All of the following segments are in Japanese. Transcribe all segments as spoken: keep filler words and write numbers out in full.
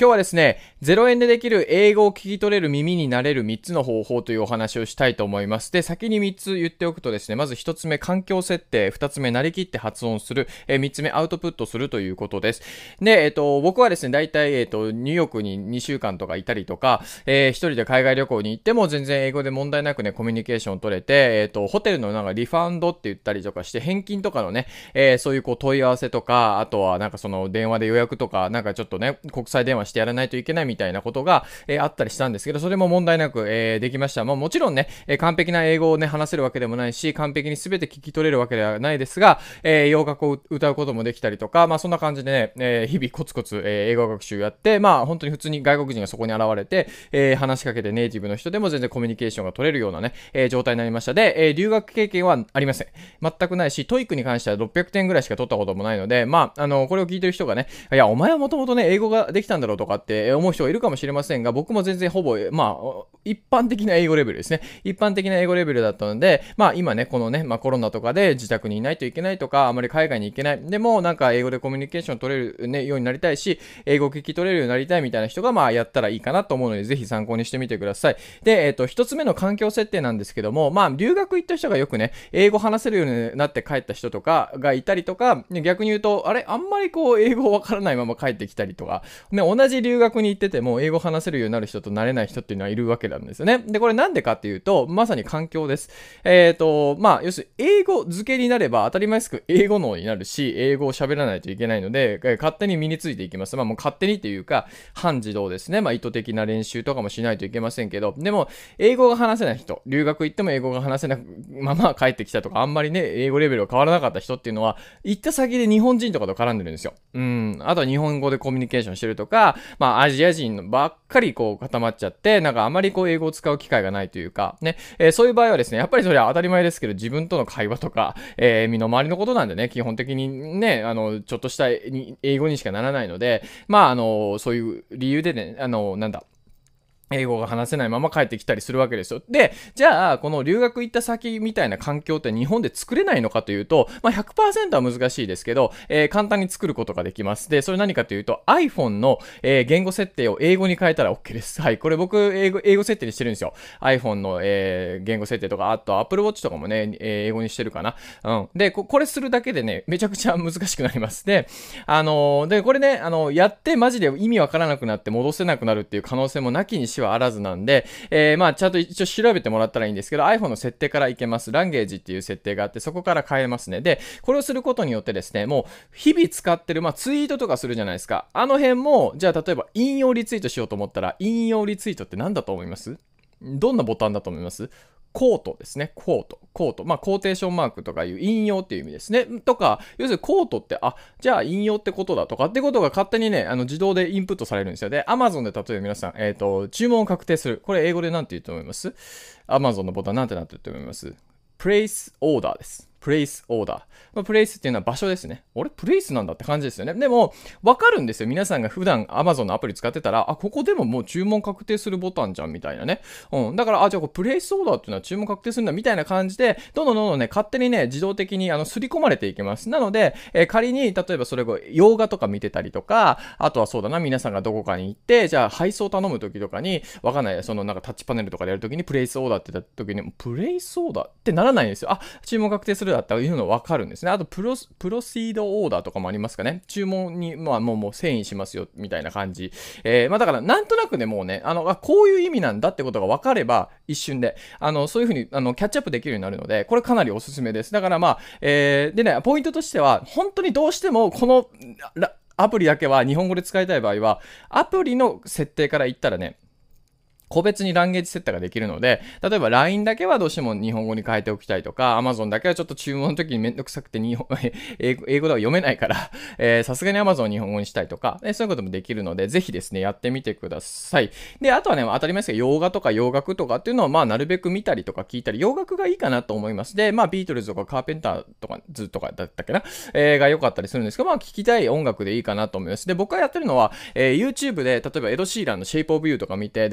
今日はですね、ゼロえんでできる英語を聞き取れる耳になれるみっつの方法というお話をしたいと思います。で、先にみっつ言っておくとですね、まずひとつめ、環境設定、ふたつめ、なりきって発音する、えー、みっつめ、アウトプットするということです。で、えっと、僕はですね、大体、えっと、ニューヨークににしゅうかんとかいたりとか、えー、一人で海外旅行に行っても全然英語で問題なくね、コミュニケーションを取れて、えっと、ホテルのなんかリファウンドって言ったりとかして、返金とかのね、えー、そういうこう問い合わせとか、あとはなんかその電話で予約とか、なんかちょっとね、国際電話してやらないといけないみたいなことが、えー、あったりしたんですけど、それも問題なく、えー、できました。まあもちろんね、えー、完璧な英語をね、話せるわけでもないし、完璧に全て聞き取れるわけではないですが、えー、洋楽を歌うこともできたりとか、まあそんな感じでね、えー、日々コツコツ、えー、英語学習やって、まあ本当に普通に外国人がそこに現れて、えー、話しかけてネイティブの人でも全然コミュニケーションが取れるようなね、えー、状態になりました。で、えー、留学経験はありません。全くないし、トイックに関してはろっぴゃくてんぐらいしか取ったこともないので、まあ、あの、これを聞いてる人がね、いや、お前はもともとね、英語ができたんだろうとかって思う人がいるかもしれませんが、僕も全然ほぼ、まあ、一般的な英語レベルですね。一般的な英語レベルだったので、まあ今ね、このね、まあコロナとかで自宅にいないといけないとか、あまり海外に行けない。でも、なんか英語でコミュニケーション取れる、ね、ようになりたいし、英語聞き取れるようになりたいみたいな人が、まあやったらいいかなと思うので、ぜひ参考にしてみてください。で、えっと、一つ目の環境設定なんですけども、まあ留学行った人がよくね、英語話せるようになって帰った人とかがいたりとか、逆に言うと、あれ、あんまりこう、英語わからないまま帰ってきたりとか、ね、同じ留学に行ってても、英語話せるようになる人となれない人っていうのはいるわけなんですよね。で、これなんでかっていうと、まさに環境です。えっと、まあ、要するに、英語付けになれば当たり前ですけど、英語脳になるし、英語を喋らないといけないので、勝手に身についていきます。まあ、もう勝手にっていうか、半自動ですね。まあ、意図的な練習とかもしないといけませんけど、でも、英語が話せない人、留学行っても英語が話せないまま帰ってきたとか、あんまりね、英語レベルが変わらなかった人っていうのは、行った先で日本人とかと絡んでるんですよ。うん。あとは日本語でコミュニケーションしてるとか、まあ、アジア人ばっかりこう固まっちゃって、なんかあまりこう英語を使う機会がないというか、ね、えー、そういう場合はですね、やっぱりそれは当たり前ですけど、自分との会話とか、えー、身の回りのことなんでね、基本的にね、あの、ちょっとした英語にしかならないので、まあ、あの、そういう理由でね、あの、なんだ、英語が話せないまま帰ってきたりするわけですよ。で、じゃあ、この留学行った先みたいな環境って日本で作れないのかというと、まあ、ひゃくパーセント は難しいですけど、えー、簡単に作ることができます。で、それ何かというと、iPhone の、えー、言語設定を英語に変えたら OK です。はい。これ僕、英語、英語設定にしてるんですよ。iPhone の、えー、言語設定とか、あと Apple Watch とかもね、えー、英語にしてるかな。うん。でこ、これするだけでね、めちゃくちゃ難しくなります。で、あのー、で、これね、あのー、やってマジで意味わからなくなって戻せなくなるっていう可能性もなきにしはあらずなんで、えー、まあちゃんと一応調べてもらったらいいんですけど、 iPhone の設定からいけます。ランゲージっていう設定があって、そこから変えますね。で、これをすることによってですね、もう日々使ってる、まあツイートとかするじゃないですか。あの辺も、じゃあ例えば引用リツイートしようと思ったら、引用リツイートって何だと思います？どんなボタンだと思います？コートですね。コート。コート。まあ、コーテーションマークとかいう引用っていう意味ですね。とか、要するにコートって、あ、じゃあ引用ってことだとかってことが勝手にね、あの、自動でインプットされるんですよ。で、Amazon で例えば皆さん、えっと、注文を確定する。これ英語で何て言うと思います？ Amazon のボタンなんてなってると思います？ Place Order です。プレイスオーダー。まあ、プレイスっていうのは場所ですね。俺プレイスなんだって感じですよね。でも、わかるんですよ。皆さんが普段 Amazon のアプリ使ってたら、あ、ここでももう注文確定するボタンじゃんみたいなね。うん。だから、あ、じゃあこれプレイスオーダーっていうのは注文確定するんだみたいな感じで、どんどんどんどんね、勝手にね、自動的にあの、刷り込まれていきます。なので、えー、仮に、例えばそれを洋画とか見てたりとか、あとはそうだな、皆さんがどこかに行って、じゃあ配送頼む時とかに、わかんない、そのなんかタッチパネルとかでやる時にプレイスオーダーって言った時に、プレイスオーダーってならないんですよ。あ、注文確定するだっていうのわかるんですね。あとプロ、プロシードオーダーとかもありますかね。注文に、まあもう、もう遷移しますよ、みたいな感じ。えー、まあだから、なんとなくね、もうね、あの、あ、こういう意味なんだってことが分かれば、一瞬で、あの、そういう風に、あの、キャッチアップできるようになるので、これかなりおすすめです。だからまあ、えー、でね、ポイントとしては、本当にどうしても、この、アプリだけは日本語で使いたい場合は、アプリの設定から言ったらね、個別にランゲージ設定ができるので、例えば ライン だけはどうしても日本語に変えておきたいとか、Amazon だけはちょっと注文の時にめんどくさくて日本英語、英語では読めないから、さすがに Amazon を日本語にしたいとか、そういうこともできるので、ぜひですね、やってみてください。で、あとはね、当たり前ですけど、洋画とか洋楽とかっていうのを、まあ、なるべく見たりとか聞いたり、洋楽がいいかなと思います。で、まあ、ビートルズとかカーペンターとか、ズとかだったっけな、えー、が良かったりするんですけど、まあ、聞きたい音楽でいいかなと思います。で、僕がやってるのは、えー、YouTube で、例えばエド・シーランの Shape of You とか見て、で、それをですね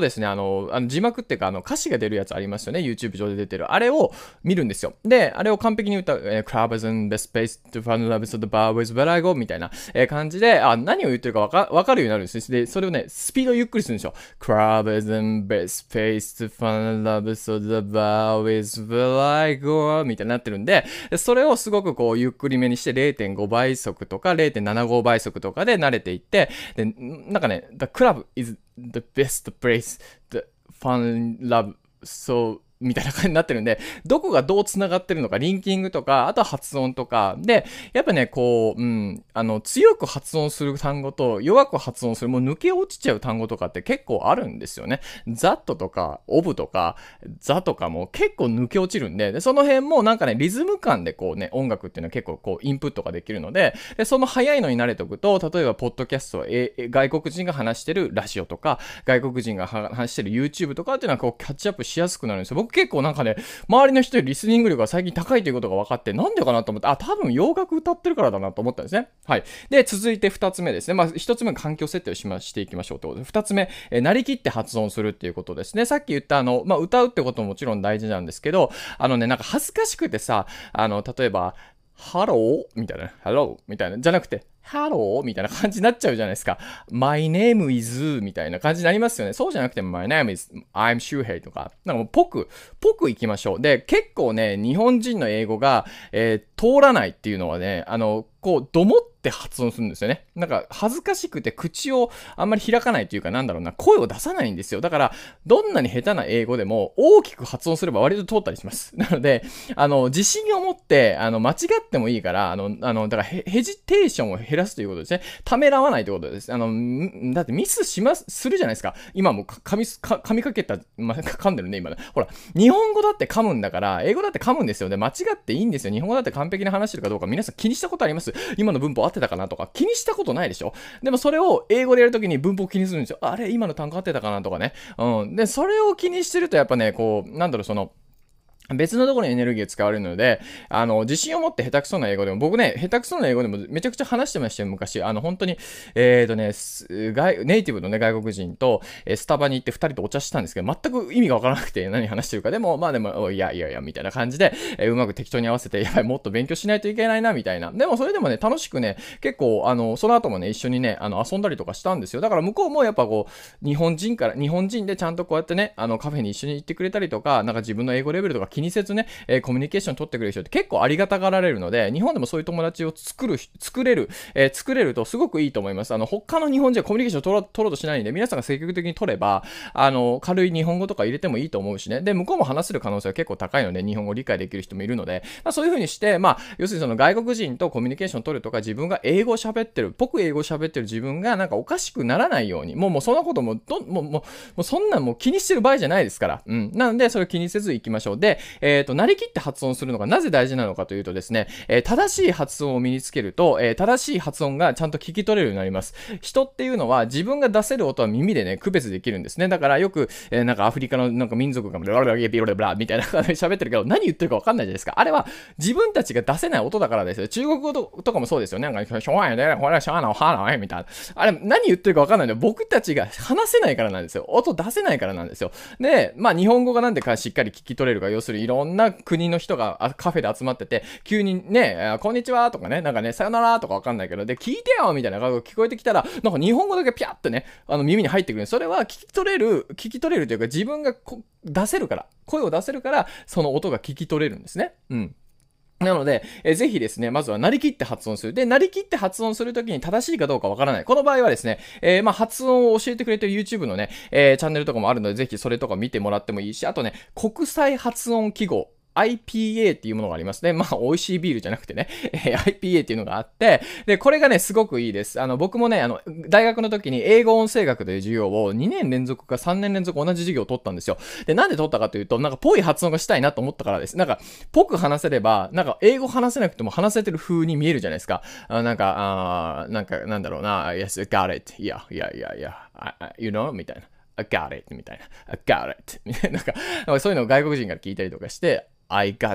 ですね、あの、あの字幕っていうか、あの歌詞が出るやつありますよね。YouTube 上で出てる。あれを見るんですよ。で、あれを完璧に歌う、えー、Clubs in the space to find love is the bar with where I go みたいな、えー、感じで、あ、何を言ってるかわか、わかるようになるんです。で、それをね、スピードをゆっくりするんですよ。Clubs in the space to find love is the bar with where I go みたいになってるんで、それをすごくこう、ゆっくりめにして れいてんご 倍速とか れいてんななご 倍速とかで慣れていって、で、なんかね、The club is the best place to find love so みたいな感じになってるんで、どこがどう繋がってるのか、リンキングとか、あとは発音とか、で、やっぱね、こう、うん、あの、強く発音する単語と弱く発音する、もう抜け落ちちゃう単語とかって結構あるんですよね。that とか、of とか、the とかも結構抜け落ちるんで、で、その辺もなんかね、リズム感でこうね、音楽っていうのは結構こう、インプットができるので、で、その早いのに慣れておくと、例えば、ポッドキャスト、え、外国人が話してるラジオとか、外国人が話してる YouTube とかっていうのはこう、キャッチアップしやすくなるんですよ。僕結構なんかね、周りの人よりリスニング力が最近高いということが分かって、なんでかなと思って、あ、多分洋楽歌ってるからだなと思ったんですね。はい。で、続いて二つ目ですね。まあ、一つ目環境設定をしま、していきましょうってことで、二つ目、えー、なりきって発音するっていうことですね。さっき言ったあの、まあ、歌うってことももちろん大事なんですけど、あのね、なんか恥ずかしくてさ、あの、例えば、ハローみたいな、ハローみたいな、じゃなくて、ハローみたいな感じになっちゃうじゃないですか。My name is みたいな感じになりますよね。そうじゃなくて、My name is I'm Shuhei とか、なんかもうぽく、ぽくいきましょう。で、結構ね、日本人の英語が、えー、通らないっていうのはね、あの、こう、どもって発音するんですよね。なんか、恥ずかしくて口をあんまり開かないというか、なんだろうな、声を出さないんですよ。だから、どんなに下手な英語でも、大きく発音すれば割と通ったりします。なので、あの、自信を持って、あの、間違ってもいいから、あの、あの、だからヘ、ヘジテーションを減らすということですね。ためらわないということです。あの、だってミスします、するじゃないですか。今も噛み、噛みかけた、まあ、噛んでるね、今ね。ほら、日本語だって噛むんだから、英語だって噛むんですよね。間違っていいんですよ。日本語だって完璧に話してるかどうか、皆さん気にしたことあります？今の文法合ってたかなとか、気にしたことないでしょ？でもそれを英語でやるときに文法気にするんですよ。あれ、今の単語合ってたかなとかね。うん。で、それを気にしてるとやっぱね、こう、なんだろう、その、別のところにエネルギーが使われるので、あの、自信を持って下手くそな英語でも、僕ね、下手くそな英語でもめちゃくちゃ話してましたよ、昔。あの、本当に、えーとね、外ネイティブのね、外国人と、えー、スタバに行って二人とお茶したんですけど、全く意味がわからなくて何話してるか。でも、まあでも、いやいやいや、みたいな感じで、えー、うまく適当に合わせて、やばい、もっと勉強しないといけないな、みたいな。でも、それでもね、楽しくね、結構、あの、その後もね、一緒にね、あの、遊んだりとかしたんですよ。だから向こうもやっぱこう、日本人から、日本人でちゃんとこうやってね、あの、カフェに一緒に行ってくれたりとか、なんか自分の英語レベルとか気にせずね、えーコミュニケーション取ってくれる人って結構ありがたがられるので、日本でもそういう友達を作る、作れる、えー、作れるとすごくいいと思います。あの、他の日本人はコミュニケーションを取ろう、取ろうとしないんで、皆さんが積極的に取れば、あの、軽い日本語とか入れてもいいと思うしね。で、向こうも話せる可能性は結構高いので、日本語を理解できる人もいるので、まあそういう風にして、まあ、要するにその外国人とコミュニケーションを取るとか、自分が英語を喋ってる、僕英語を喋ってる自分がなんかおかしくならないように、もうもうそんなことも、どもう、もう、もうそんなんもう気にしてる場合じゃないですから。うん。なので、それを気にせず行きましょう。で、えっと、なりきって発音するのがなぜ大事なのかというとですね、えー、正しい発音を身につけると、えー、正しい発音がちゃんと聞き取れるようになります。人っていうのは自分が出せる音は耳でね、区別できるんですね。だからよく、えー、なんかアフリカのなんか民族がブラブラビロレブラみたいな感じで喋ってるけど、何言ってるか分かんないじゃないですか。あれは自分たちが出せない音だからですよ。中国語とかもそうですよね。なんか、しょうがないね、これはしょうがない、はなみたいな。あれ、何言ってるか分かんないので、僕たちが話せないからなんですよ。音出せないからなんですよ。で、まあ日本語がなんでかしっかり聞き取れるか、要するにいろんな国の人がカフェで集まってて、急にね、こんにちはとかね、なんかね、さよならとかわかんないけど、で、聞いてよみたいな感じが聞こえてきたら、なんか日本語だけピャッとね、あの耳に入ってくる。それは聞き取れる、聞き取れるというか、自分がこ出せるから、声を出せるから、その音が聞き取れるんですね。うん。なので、えー、ぜひですね、まずはなりきって発音する。で、なりきって発音するときに正しいかどうかわからない。この場合はですね、えー、まあ、発音を教えてくれてる YouTube のね、えー、チャンネルとかもあるので、ぜひそれとか見てもらってもいいし、あとね、国際発音記号。アイピーエー っていうものがありますね。まあ、美味しいビールじゃなくてね、えー、アイピーエー っていうのがあって、で、これがね、すごくいいです。あの、僕もね、あの、大学の時に英語音声学という授業をにねん連続かさんねん連続同じ授業を取ったんですよ。で、なんで取ったかというと、なんか、ぽい発音がしたいなと思ったからです。なんか、ぽく話せれば、なんか、英語話せなくても話せてる風に見えるじゃないですか。あなんか、あなんか、なんだろうな、yes, got it. Yeah, yeah, yeah, yeah. I, you know? みたいな。I got it. みたいな。I got it. みたいな。なんか、そういうのを外国人から聞いたりとかして、I got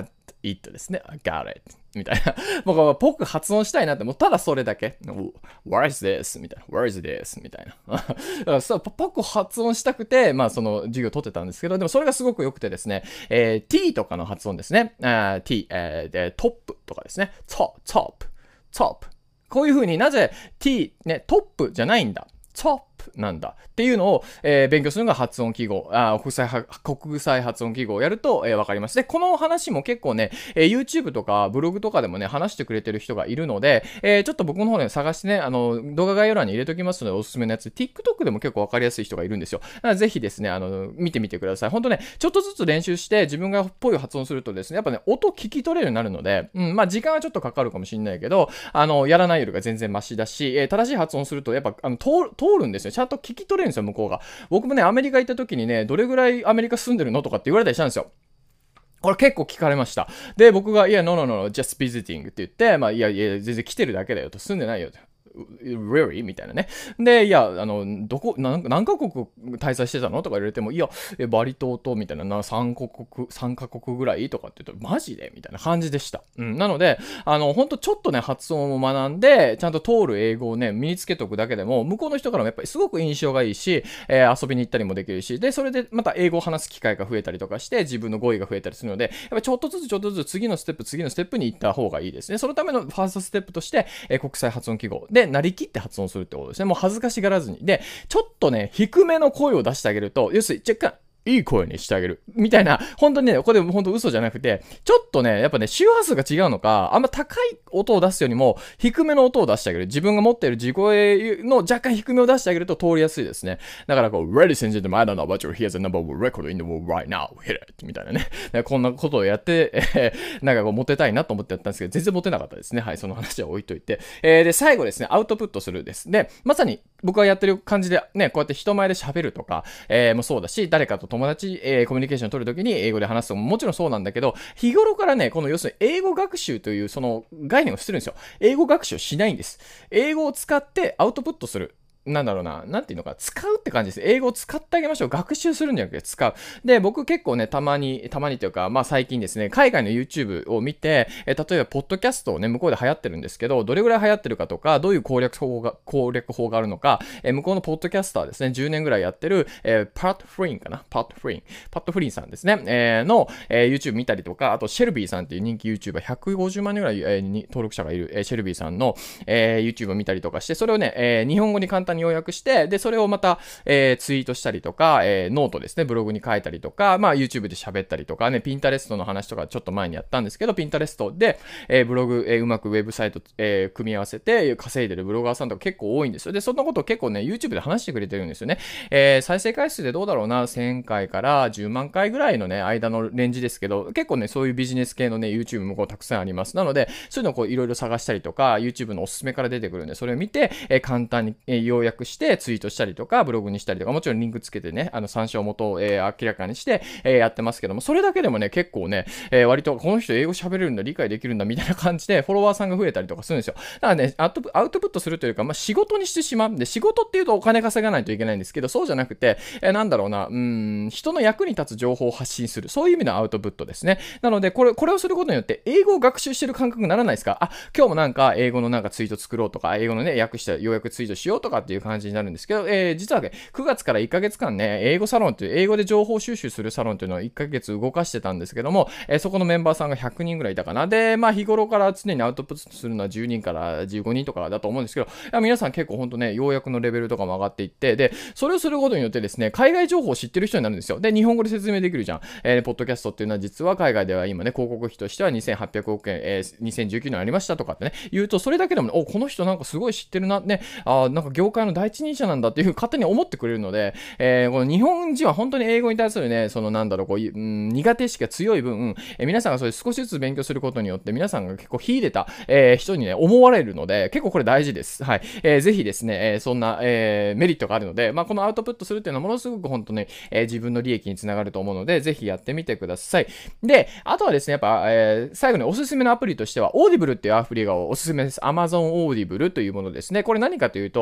it ですね。got it. みたいな。僕はぽく発音したいなって、もうただそれだけ。Where is this? みたいな。Where is this? みたいな。だからそう、ぽく発音したくて、まあその授業を取ってたんですけど、でもそれがすごく良くてですね、えー、t とかの発音ですね。あ t、えー、で、トップとかですね。top, top, top。こういう風になぜ t、ね、トップじゃないんだ。topなんだっていうのを、えー、勉強するのが発音記号、あ国際国際発音記号をやると、えー、わかります。で、この話も結構ね、えー、YouTube とかブログとかでもね、話してくれてる人がいるので、えー、ちょっと僕の方で探してね、あの、動画概要欄に入れときますので、おすすめのやつ、TikTok でも結構わかりやすい人がいるんですよ。だからぜひですね、あの、見てみてください。本当ね、ちょっとずつ練習して、自分がっぽい発音するとですね、やっぱね、音聞き取れるようになるので、うん、まあ時間はちょっとかかるかもしれないけど、あの、やらないよりが全然マシだし、えー、正しい発音すると、やっぱ、あの、通通るんですよ。ちゃんと聞き取れるんですよ、向こうが。僕もね、アメリカ行った時にね、どれぐらいアメリカ住んでるのとかって言われたりしたんですよ。これ結構聞かれました。で、僕が、いや、no, no, no, just visiting って言って、まあ、いやいや、全然来てるだけだよと、住んでないよと。really? みたいなね。で、いや、あの、どこ、何何カ国滞在してたのとか言われても、いや、バリ島と、みたいな、なさんカ国、さんカ国ぐらいとかって言うと、マジでみたいな感じでした。うん。なので、あの、ほんとちょっとね、発音を学んで、ちゃんと通る英語をね、身につけておくだけでも、向こうの人からもやっぱりすごく印象がいいし、えー、遊びに行ったりもできるし、で、それでまた英語を話す機会が増えたりとかして、自分の語彙が増えたりするので、やっぱりちょっとずつちょっとずつ次のステップ、次のステップに行った方がいいですね。そのためのファーストステップとして、えー、国際発音記号で、なりきって発音するってことですね。もう恥ずかしがらずに。で、ちょっとね、低めの声を出してあげると、要するに、若干、いい声にしてあげる。みたいな、本当にね、これ本当嘘じゃなくて、ちょっとね、やっぱね、周波数が違うのか、あんま高い音を出すよりも、低めの音を出してあげる。自分が持っている地声の若干低めを出してあげると通りやすいですね。だからこう、Ladies and gentlemen, I don't know about you, here's the number one record in the world right now, hit it! みたいなね。こんなことをやって、えー、なんかこう、モテたいなと思ってやったんですけど、全然モテなかったですね。はい、その話は置いといて。えー、で、最後ですね、アウトプットするです。で、まさに僕がやってる感じで、ね、こうやって人前で喋るとか、えー、もそうだし、誰かと友達、えーコミュニケーションを取るときに英語で話すのももちろんそうなんだけど、日頃からね、この要するに英語学習というその概念を捨てるんですよ。英語学習をしないんです。英語を使ってアウトプットする。なんだろうな、なんていうのか、使うって感じです。英語を使ってあげましょう。学習するんじゃなくて使う。で、僕結構ね、たまに、たまにというか、まあ最近ですね、海外の YouTube を見て、え例えば、ポッドキャストをね、向こうで流行ってるんですけど、どれぐらい流行ってるかとか、どういう攻略法が、攻略法があるのか、え向こうのポッドキャスターですね、じゅうねんぐらいやってる、えー、パット・フリーンかなパット・フリーン。パット・フリーンさんですね、えー、の、えー、YouTube 見たりとか、あと、シェルビーさんっていう人気 YouTuber、ひゃくごじゅうまんにんぐらい、えー、に登録者がいる、えー、シェルビーさんの、えー、YouTube を見たりとかして、それをね、えー、日本語に簡単に要約して、で、それをまた、えー、ツイートしたりとか、えー、ノートですね、ブログに書いたりとか、まあ YouTube で喋ったりとかね、ピンタレストの話とかちょっと前にやったんですけど、ピンタレストで、えー、ブログ、えー、うまくウェブサイト、えー、組み合わせて稼いでるブロガーさんとか結構多いんですよ。で、そんなことを結構ね、YouTube で話してくれてるんですよね。えー、再生回数でどうだろうな、せんかいからじゅうまんかいぐらいのね、間のレンジですけど、結構ね、そういうビジネス系のね、YouTube もこうたくさんあります。なので、そういうのをこういろいろ探したりとか、YouTube のおすすめから出てくるんで、それを見て、えー、簡単に、えー、要約してツイートしたりとか、ブログにしたりとか、もちろんリンクつけてね、あの参照元を、えー、明らかにして、えー、やってますけども、それだけでもね、結構ね、えー、割とこの人英語喋れるんだ、理解できるんだみたいな感じでフォロワーさんが増えたりとかするんですよ。だからね、アウトアウトプットするというか、まあ、仕事にしてしまうんで、仕事っていうとお金稼がないといけないんですけど、そうじゃなくて、えー、なんだろうな、うーん、人の役に立つ情報を発信する、そういう意味のアウトプットですね。なので、これ、これをすることによって、英語を学習してる感覚にならないですか？あ、今日もなんか英語のなんかツイート作ろうとか、英語のね、訳した要約ツイートしようとかっていう感じになるんですけど、えー、実はね、くがつからいっかげつかんね、英語サロンという、英語で情報収集するサロンというのをいっかげつ動かしてたんですけども、えー、そこのメンバーさんがひゃくにんぐらいいたかな。で、まあ日頃から常にアウトプットするのはじゅうにんからじゅうごにんとかだと思うんですけど、いや皆さん結構ほんとね、要約のレベルとかも上がっていって、で、それをすることによってですね、海外情報を知ってる人になるんですよ。で、日本語で説明できるじゃん。えー、ポッドキャストっていうのは実は海外では今ね、広告費としてはにせんはっぴゃくおくえん、えー、にせんじゅうきゅうねんありましたとかってね、言うと、それだけでもね、お、この人なんかすごい知ってるな、ね、あ、なんか業界の第一人者なんだっていう勝手に思ってくれるので、えー、この日本人は本当に英語に対するね、そのなんだろう、こういう、うん、苦手意識が強い分、えー、皆さんがそれ少しずつ勉強することによって、皆さんが結構秀でた、えー、人にね、思われるので、結構これ大事です。はい。えー、ぜひですね、えー、そんな、えー、メリットがあるので、まあ、このアウトプットするっていうのはものすごく本当に、えー、自分の利益につながると思うので、ぜひやってみてください。で、あとはですね、やっぱ、えー、最後におすすめのアプリとしては、Audible っていうアプリがおすすめです。Amazon Audible というものですね。これ何かというと、え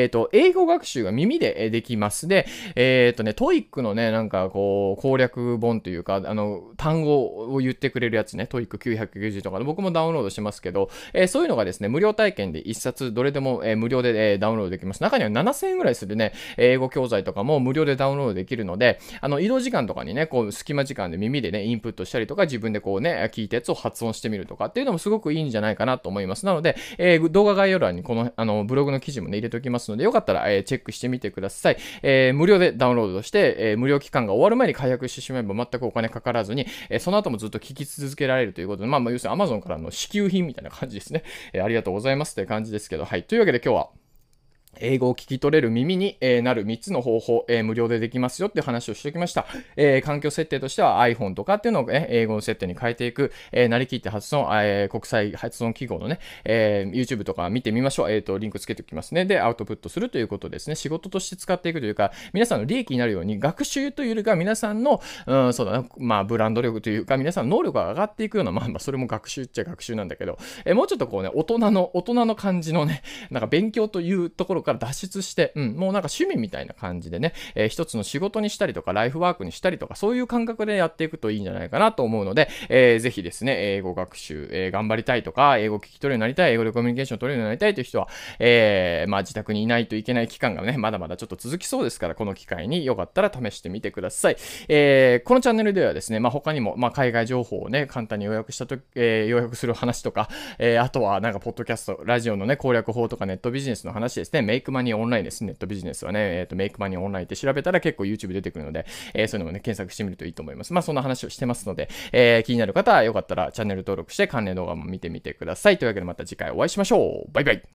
えっと、英語学習が耳でできます。で、えっとね、トイックのね、なんかこう、攻略本というか、あの、単語を言ってくれるやつね、トイックきゅうひゃくきゅうじゅうとかで僕もダウンロードしてますけど、えーそういうのがですね、無料体験で一冊どれでも、えー無料で、えーダウンロードできます。中にはななせんえんぐらいするね、英語教材とかも無料でダウンロードできるので、あの、移動時間とかにね、こう、隙間時間で耳でね、インプットしたりとか、自分でこうね、聞いたやつを発音してみるとかっていうのもすごくいいんじゃないかなと思います。なので、えー動画概要欄にこの、あの、ブログの記事もね、入れておきますので、よかったら、えーチェックしてみてください。えー無料でダウンロードして、えー無料期間が終わる前に解約してしまえば全くお金かからずに、えーその後もずっと聞き続けられるということで、まあ、まあ、要するに Amazon からの支給品みたいな感じですね。えーありがとうございますという感じですけど、はい。というわけで今日は、英語を聞き取れる耳に、えーなるみっつの方法、えー無料でできますよっていう話をしておきました。えー環境設定としては iPhone とかっていうのを、ね、英語の設定に変えていく、えーなりきって発音、えー国際発音記号のね、えー YouTube とか見てみましょう。えっ、と、リンクつけておきますね。で、アウトプットするということですね。仕事として使っていくというか、皆さんの利益になるように、学習というよりか皆さんの、うん、そうだな、まあ、ブランド力というか、皆さんの能力が上がっていくような、まあ、まあ、それも学習っちゃ学習なんだけど、えーもうちょっとこうね、大人の、大人の感じのね、なんか勉強というところから脱出して、うん、もうなんか趣味みたいな感じでね、えー一つの仕事にしたりとか、ライフワークにしたりとか、そういう感覚でやっていくといいんじゃないかなと思うので、えーぜひですね、英語学習、えー頑張りたいとか、英語聞き取れるようになりたい、英語でコミュニケーション取れるようになりたいという人は、えーまあ自宅にいないといけない期間がね、まだまだちょっと続きそうですから、この機会によかったら試してみてください。えーこのチャンネルではですね、まあ他にも、まあ海外情報をね、簡単に要約したとき、えー要約する話とか、えーあとはなんかポッドキャスト、ラジオのね、攻略法とかネットビジネスの話ですね、メイクマニーオンラインです。ネットビジネスはね、えっ、と、メイクマニーオンラインって調べたら結構 YouTube 出てくるので、えーそういうのもね、検索してみるといいと思います。まあそんな話をしてますので、えー気になる方はよかったらチャンネル登録して関連動画も見てみてください。というわけでまた次回お会いしましょう。バイバイ。